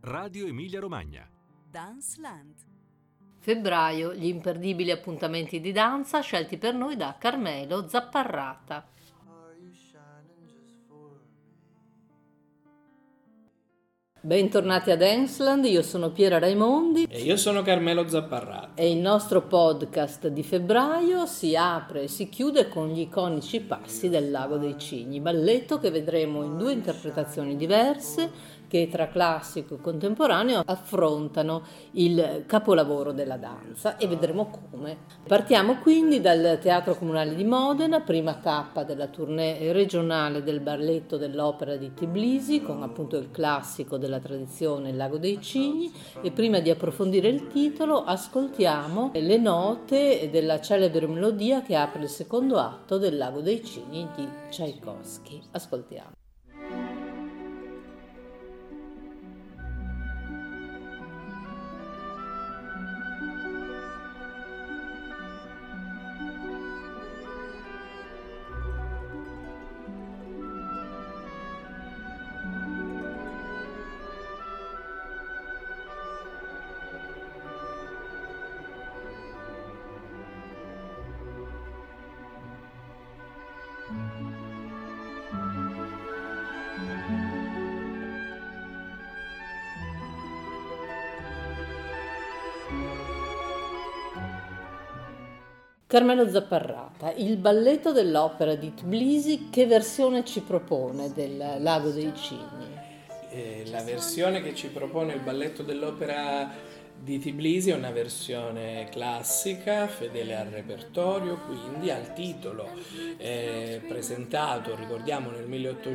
Radio Emilia Romagna. Danceland. Febbraio, gli imperdibili appuntamenti di danza scelti per noi da Carmelo Zapparrata. Bentornati a Danceland, io sono Piera Raimondi e io sono Carmelo Zapparrata. E il nostro podcast di febbraio si apre e si chiude con gli iconici passi del Lago dei Cigni, balletto che vedremo in due interpretazioni diverse che tra classico e contemporaneo affrontano il capolavoro della danza e vedremo come. Partiamo quindi dal Teatro Comunale di Modena, prima tappa della tournée regionale del balletto dell'Opera di Tbilisi, con appunto il classico della tradizione Il Lago dei Cigni, e prima di approfondire il titolo ascoltiamo le note della celebre melodia che apre il secondo atto del Lago dei Cigni di Tchaikovsky. Ascoltiamo. Carmelo Zapparrata, il balletto dell'Opera di Tbilisi, che versione ci propone del Lago dei Cigni? La versione che ci propone il balletto dell'Opera di Tbilisi è una versione classica, fedele al repertorio, quindi al titolo, presentato, ricordiamo, nel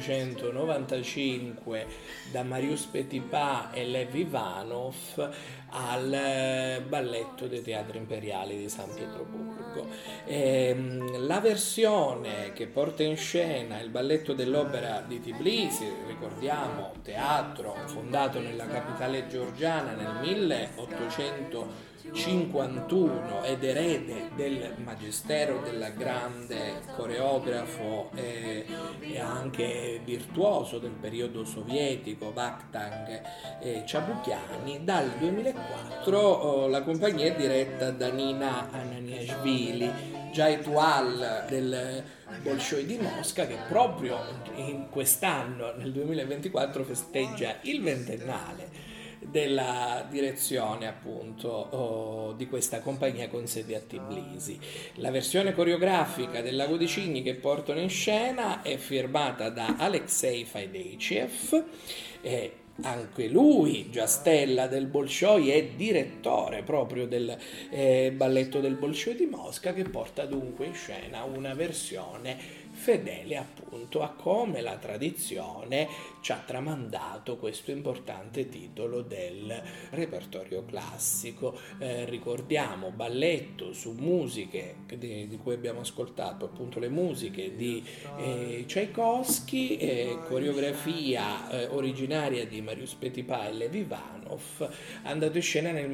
1895 da Marius Petipa e Lev Ivanov al Balletto dei Teatri Imperiali di San Pietroburgo. La versione che porta in scena il balletto dell'Opera di Tbilisi, ricordiamo, teatro fondato nella capitale georgiana nel 1851 ed erede del magistero del grande coreografo e anche virtuoso del periodo sovietico Vakhtang Chabukyan, dal 2004 la compagnia è diretta da Nina Ananiashvili, già étoile del Bolshoi di Mosca, che proprio in quest'anno, nel 2024, festeggia il ventennale della direzione appunto di questa compagnia con sede a Tbilisi. La versione coreografica del Lago dei Cigni che portano in scena è firmata da Alexei Faidechev, anche lui già stella del Bolshoi e direttore proprio del balletto del Bolshoi di Mosca, che porta dunque in scena una versione fedele appunto a come la tradizione ci ha tramandato questo importante titolo del repertorio classico. Ricordiamo, balletto su musiche di cui abbiamo ascoltato appunto le musiche di Tchaikovsky, coreografia originaria di Marius Petipa e Lev Ivanov, andato in scena nel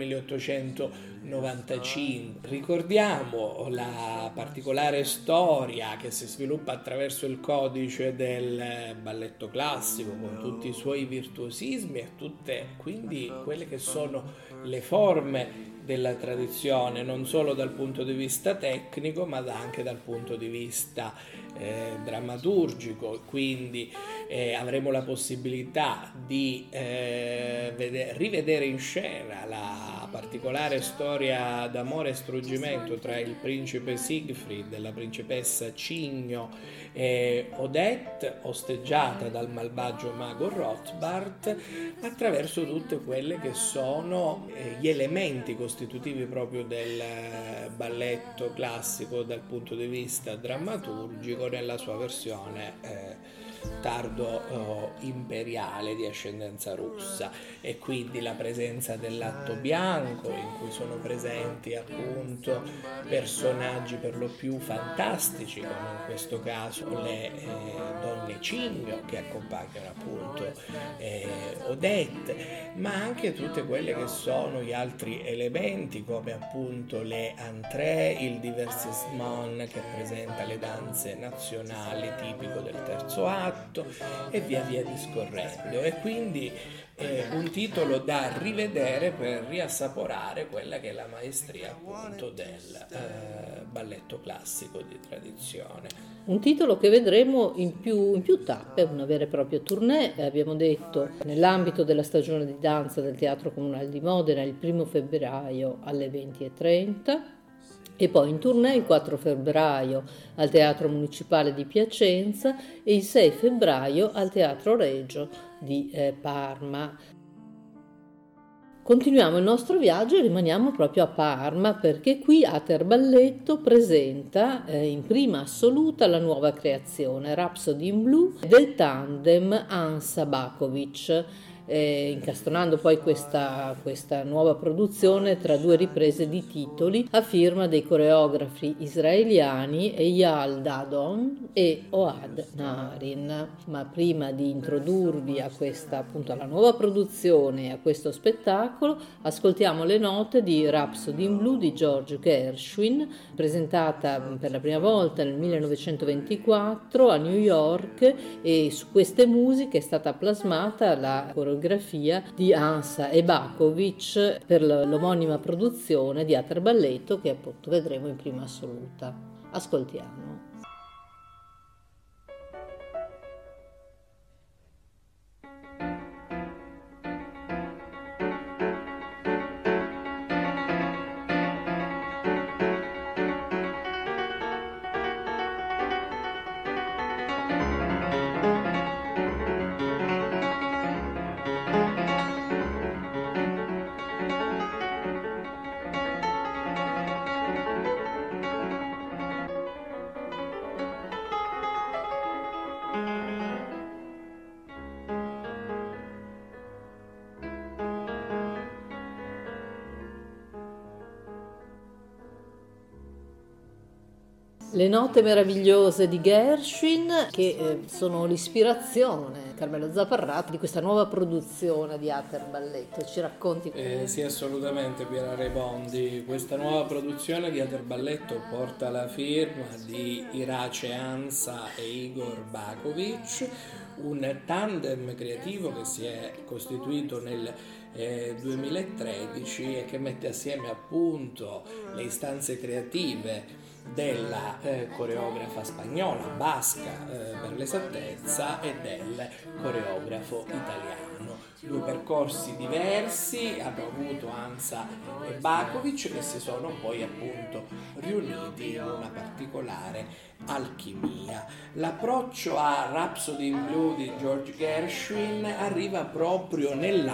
1895. Ricordiamo la particolare storia che si sviluppa attraverso il codice del balletto classico, con tutti i suoi virtuosismi e tutte quindi quelle che sono le forme della tradizione, non solo dal punto di vista tecnico ma anche dal punto di vista drammaturgico. Quindi avremo la possibilità di rivedere in scena la particolare storia d'amore e struggimento tra il principe Siegfried e la principessa Cigno Odette, osteggiata dal malvagio mago Rothbard, attraverso tutte quelle che sono gli elementi costitutivi proprio del balletto classico dal punto di vista drammaturgico nella sua versione tardo imperiale di ascendenza russa, e quindi la presenza dell'atto bianco in cui sono presenti appunto personaggi per lo più fantastici, come in questo caso le donne cigno che accompagnano appunto Odette, ma anche tutte quelle che sono gli altri elementi come appunto le entrée, il divertissement che presenta le danze nazionali tipico del terzo atto, atto e via via discorrendo, e quindi un titolo da rivedere per riassaporare quella che è la maestria appunto del balletto classico di tradizione. Un titolo che vedremo in più tappe, una vera e propria tournée, abbiamo detto, nell'ambito della stagione di danza del Teatro Comunale di Modena il 1 febbraio alle 20:30 e poi in tournée il 4 febbraio al Teatro Municipale di Piacenza e il 6 febbraio al Teatro Regio di Parma. Continuiamo il nostro viaggio e rimaniamo proprio a Parma, perché qui Aterballetto presenta in prima assoluta la nuova creazione Rhapsody in Blue del tandem Ansa Bakovic, incastronando poi questa nuova produzione tra due riprese di titoli a firma dei coreografi israeliani Eyal Dadon e Ohad Naharin. Ma prima di introdurvi a questa, appunto, alla nuova produzione e a questo spettacolo, ascoltiamo le note di Rhapsody in Blue di George Gershwin, presentata per la prima volta nel 1924 a New York, e su queste musiche è stata plasmata la coreografia di Ansa e Bakovic per l'omonima produzione di Aterballetto, che appunto vedremo in prima assoluta. Ascoltiamo. Le note meravigliose di Gershwin, che sono l'ispirazione, Carmelo Zaparrato, di questa nuova produzione di Aterballetto. Ci racconti? Sì, assolutamente, Piera Rebondi. Questa nuova produzione di Aterballetto porta la firma di Irace Ansa e Igor Bakovic, un tandem creativo che si è costituito nel 2013 e che mette assieme appunto le istanze creative della coreografa spagnola, basca per l'esattezza, e del coreografo italiano. Due percorsi diversi hanno avuto Ansa e Bakovic, che si sono poi appunto riuniti in una particolare alchimia. L'approccio a Rhapsody in Blue di George Gershwin arriva proprio nel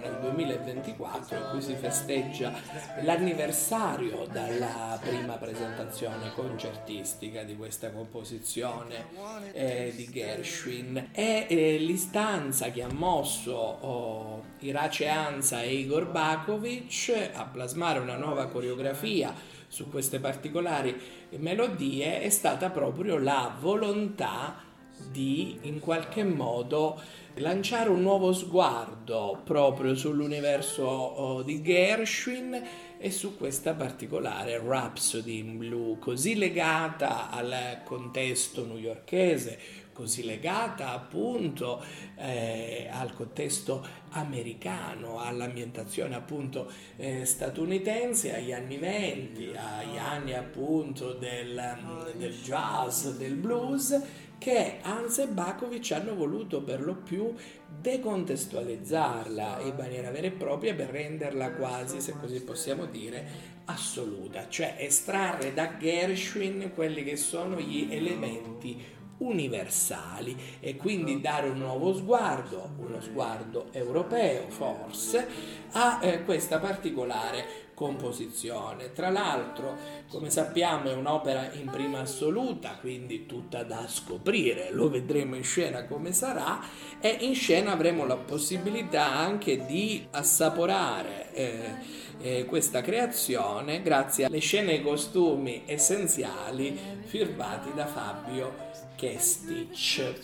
2024, in cui si festeggia l'anniversario dalla prima presentazione concertistica di questa composizione di Gershwin, e l'istanza che ha mosso Irace Ansa e Igor Bakovic a plasmare una nuova coreografia su queste particolari melodie è stata proprio la volontà di in qualche modo lanciare un nuovo sguardo proprio sull'universo di Gershwin e su questa particolare Rhapsody in Blue, così legata al contesto newyorkese, così legata appunto al contesto americano, all'ambientazione appunto statunitense, agli anni 20, agli anni appunto del jazz, del blues, che Ansa e Bakovic hanno voluto per lo più decontestualizzarla in maniera vera e propria per renderla quasi, se così possiamo dire, assoluta, cioè estrarre da Gershwin quelli che sono gli elementi universali e quindi dare un nuovo sguardo, uno sguardo europeo forse, a questa particolare composizione. Tra l'altro, come sappiamo, è un'opera in prima assoluta, quindi tutta da scoprire, lo vedremo in scena come sarà, e in scena avremo la possibilità anche di assaporare questa creazione grazie alle scene e ai costumi essenziali firmati da Fabio Kestic.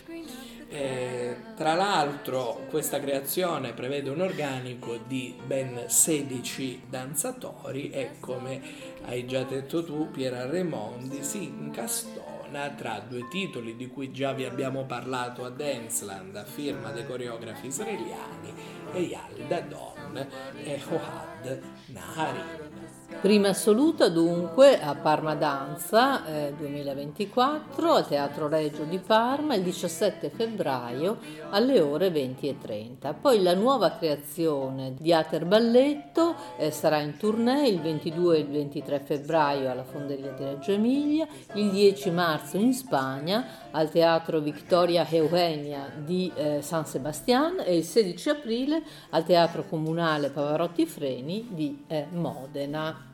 Tra l'altro questa creazione prevede un organico di ben 16 danzatori e, come hai già detto tu, Piera Raimondi, si incastona Madonna, tra due titoli di cui già vi abbiamo parlato a Danceland, a firma dei coreografi israeliani, Eyal Dadon e Ohad Naharin. Prima assoluta dunque a Parma Danza 2024 al Teatro Regio di Parma il 17 febbraio alle ore 20:30. Poi la nuova creazione di Ater Balletto sarà in tournée il 22 e il 23 febbraio alla Fonderia di Reggio Emilia, il 10 marzo in Spagna al Teatro Victoria Eugenia di San Sebastián e il 16 aprile al Teatro Comunale Pavarotti Freni di Modena.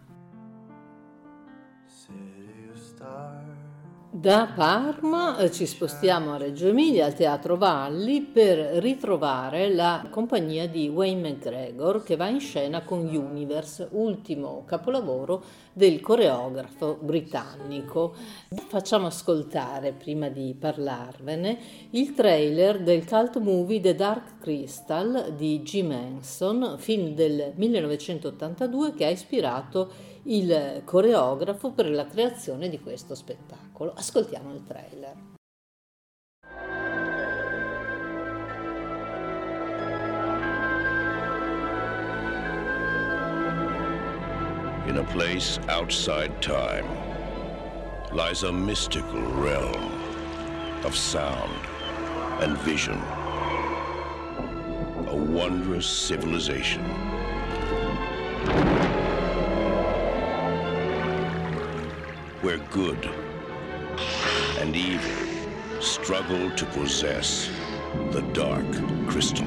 Da Parma ci spostiamo a Reggio Emilia al Teatro Valli per ritrovare la compagnia di Wayne McGregor che va in scena con Universe, ultimo capolavoro del coreografo britannico. Facciamo ascoltare, prima di parlarvene, il trailer del cult movie The Dark Crystal di Jim Henson, film del 1982 che ha ispirato il coreografo per la creazione di questo spettacolo. Ascoltiamo il trailer. In a place outside time lies a mystical realm of sound and vision, a wondrous civilization. Where good and evil struggle to possess the dark crystal.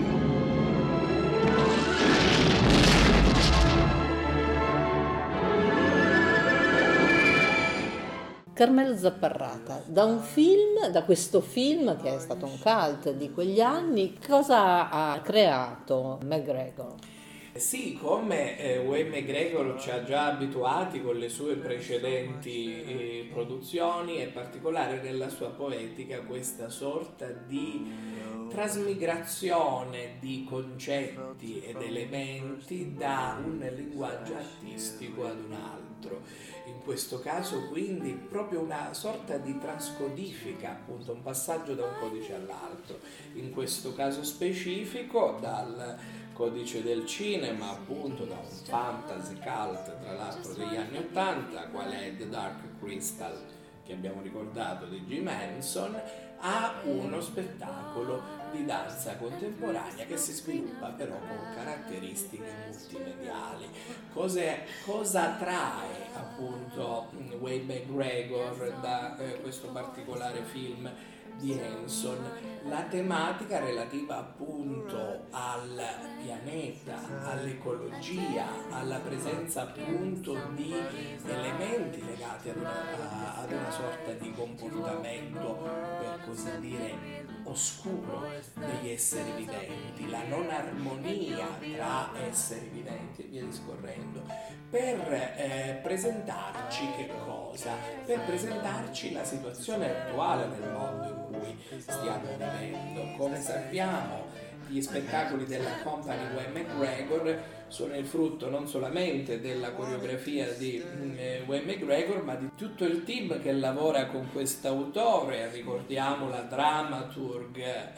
Carmelo Zapparrata, da questo film che è stato un cult di quegli anni, cosa ha creato McGregor? Sì, come Wayne McGregor ci ha già abituati con le sue precedenti produzioni, è particolare nella sua poetica questa sorta di trasmigrazione di concetti ed elementi da un linguaggio artistico ad un altro. In questo caso quindi proprio una sorta di trascodifica, appunto un passaggio da un codice all'altro. In questo caso specifico dal codice del cinema, appunto da un fantasy cult tra l'altro degli anni '80, qual è The Dark Crystal che abbiamo ricordato di Jim Henson, a uno spettacolo di danza contemporanea che si sviluppa però con caratteristiche multimediali. Cosa trae appunto Wayne McGregor da questo particolare film di Henson? La tematica relativa appunto al pianeta, all'ecologia, alla presenza appunto di elementi legati ad una sorta di comportamento, per così dire, oscuro degli esseri viventi, la non armonia tra esseri viventi e via discorrendo, per presentarci che cosa? Per presentarci la situazione attuale del mondo in cui stiamo vivendo. Come sappiamo, gli spettacoli della company Wayne McGregor sono il frutto non solamente della coreografia di Wayne McGregor, ma di tutto il team che lavora con quest'autore. Ricordiamo la dramaturg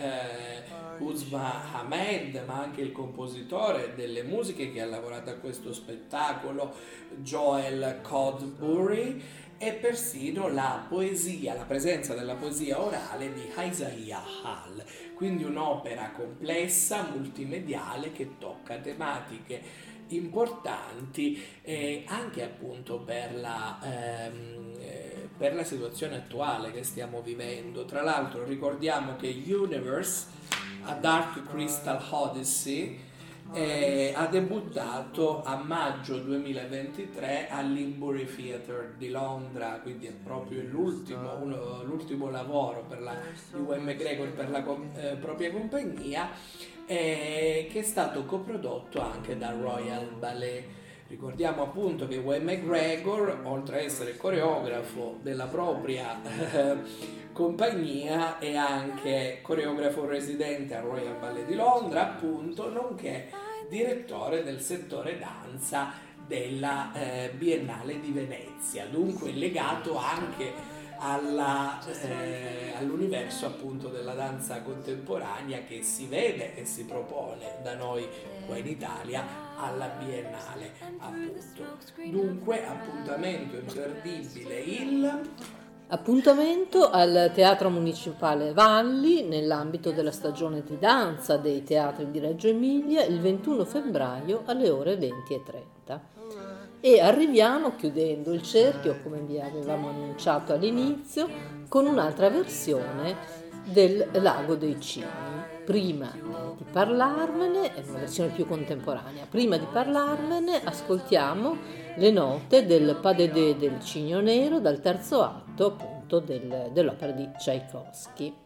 Uzma Hamed, ma anche il compositore delle musiche che ha lavorato a questo spettacolo, Joel Codbury, e persino la poesia, la presenza della poesia orale di Isaiah Hall, quindi un'opera complessa, multimediale, che tocca tematiche importanti anche appunto per la situazione attuale che stiamo vivendo. Tra l'altro ricordiamo che Universe, A Dark Crystal Odyssey, ha debuttato a maggio 2023 all'Imbury Theatre di Londra, quindi è proprio l'ultimo lavoro di Wayne McGregor per la propria compagnia, che è stato coprodotto anche dal Royal Ballet. Ricordiamo appunto che Wayne McGregor, oltre a essere il coreografo della propria compagnia, è anche coreografo residente al Royal Ballet di Londra, appunto, nonché direttore del settore danza della Biennale di Venezia, dunque legato anche all'universo appunto della danza contemporanea che si vede e si propone da noi qua in Italia alla Biennale appunto. Dunque appuntamento imperdibile Appuntamento al Teatro Municipale Valli nell'ambito della stagione di danza dei teatri di Reggio Emilia il 21 febbraio alle ore 20:30. E arriviamo, chiudendo il cerchio, come vi avevamo annunciato all'inizio, con un'altra versione del Lago dei Cigni. Prima di parlarvene, è una versione più contemporanea, prima di parlarvene ascoltiamo le note del Pas de deux del Cigno Nero dal terzo atto appunto dell'opera di Tchaikovsky.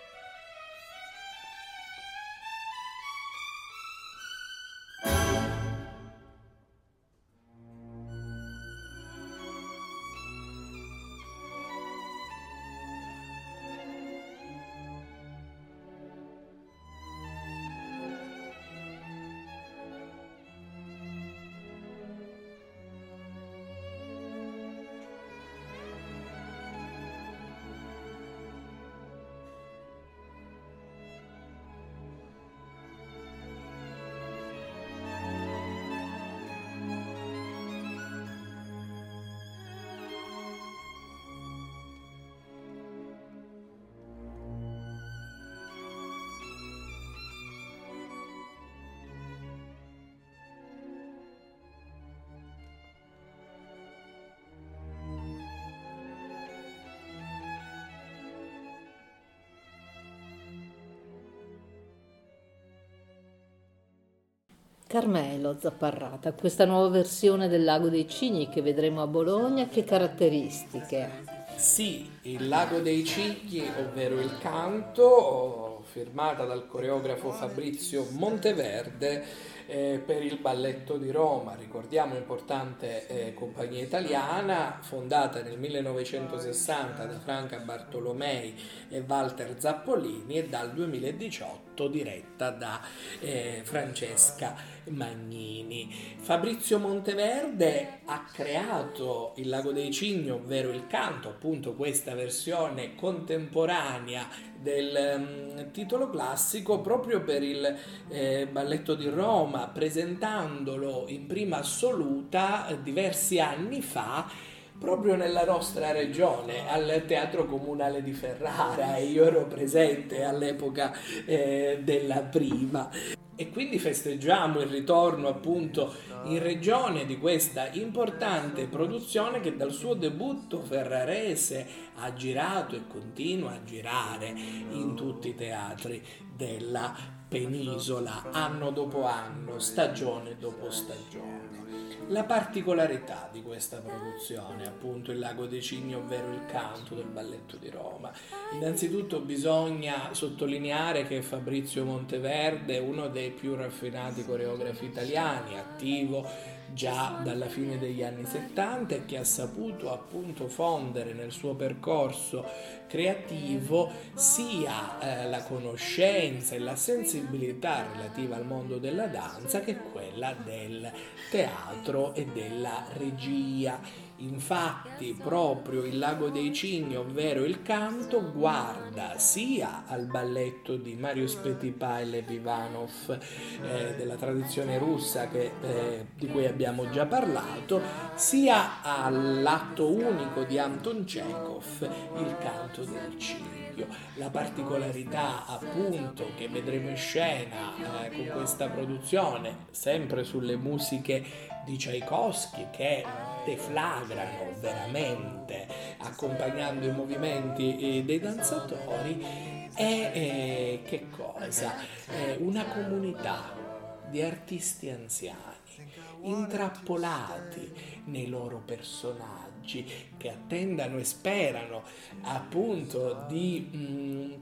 Carmelo Zapparrata, questa nuova versione del Lago dei Cigni che vedremo a Bologna, che caratteristiche ha? Sì, il Lago dei Cigni, ovvero il canto, firmata dal coreografo Fabrizio Monteverde per il Balletto di Roma. Ricordiamo, importante compagnia italiana, fondata nel 1960 da Franca Bartolomei e Walter Zappolini e dal 2018 diretta da Francesca Magnini. Fabrizio Monteverde ha creato il Lago dei Cigni, ovvero il canto, appunto questa versione contemporanea del titolo classico, proprio per il Balletto di Roma, presentandolo in prima assoluta diversi anni fa proprio nella nostra regione, al Teatro Comunale di Ferrara, e io ero presente all'epoca della prima. E quindi festeggiamo il ritorno appunto in regione di questa importante produzione che dal suo debutto ferrarese ha girato e continua a girare in tutti i teatri della penisola, anno dopo anno, stagione dopo stagione. La particolarità di questa produzione, appunto il Lago dei Cigni, ovvero il canto del Balletto di Roma. Innanzitutto bisogna sottolineare che Fabrizio Monteverde è uno dei più raffinati coreografi italiani, attivo già dalla fine degli anni 70 e che ha saputo appunto fondere nel suo percorso creativo sia la conoscenza e la sensibilità relativa al mondo della danza che quella del teatro e della regia. Infatti proprio il Lago dei Cigni, ovvero il canto, guarda sia al balletto di Marius Petipa e Lev Ivanov della tradizione russa di cui abbiamo già parlato, sia all'atto unico di Anton Chekhov, il canto del Ciglio. La particolarità appunto che vedremo in scena con questa produzione, sempre sulle musiche di Tchaikovsky, che deflagrano veramente accompagnando i movimenti dei danzatori, è che cosa? Una comunità di artisti anziani intrappolati nei loro personaggi che attendano e sperano appunto di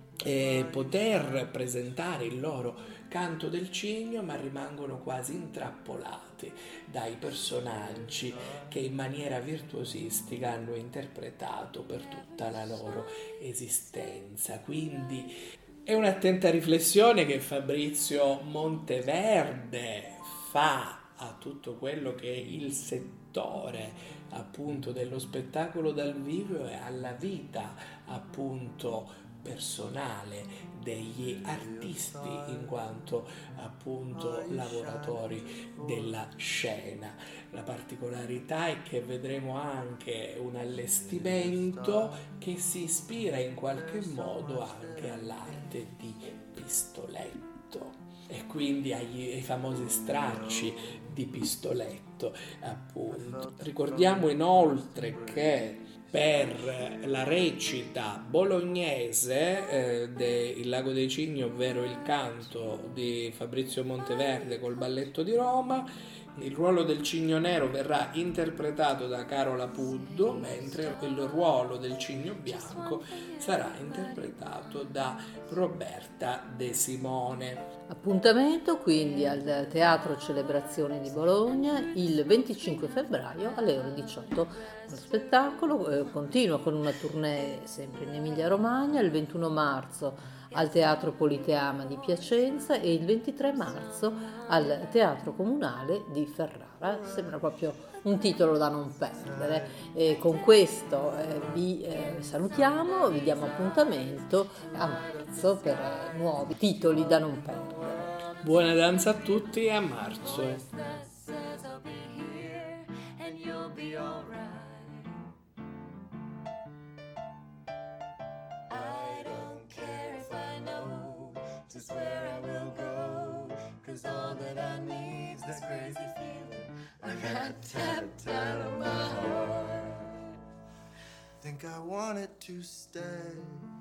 poter presentare il loro canto del cigno, ma rimangono quasi intrappolati dai personaggi che in maniera virtuosistica hanno interpretato per tutta la loro esistenza. Quindi è un'attenta riflessione che Fabrizio Monteverde fa a tutto quello che è il settore appunto dello spettacolo dal vivo e alla vita appunto personale degli artisti in quanto appunto lavoratori della scena. La particolarità è che vedremo anche un allestimento che si ispira in qualche modo anche all'arte di Pistoletto e quindi ai famosi stracci di Pistoletto appunto. Ricordiamo inoltre che per la recita bolognese del Lago dei Cigni, ovvero il canto di Fabrizio Monteverde col Balletto di Roma, il ruolo del Cigno Nero verrà interpretato da Carola Puddu, mentre il ruolo del Cigno Bianco sarà interpretato da Roberta De Simone. Appuntamento quindi al Teatro Celebrazioni di Bologna il 25 febbraio alle ore 18. Lo spettacolo continua con una tournée sempre in Emilia-Romagna il 21 marzo al Teatro Politeama di Piacenza e il 23 marzo al Teatro Comunale di Ferrara. Sembra proprio un titolo da non perdere. E con questo vi salutiamo, vi diamo appuntamento a marzo per nuovi titoli da non perdere. Buona danza a tutti e a marzo. Just where I will go, 'cause all that I need's this crazy feeling I got tapped out of my heart. Think I want it to stay.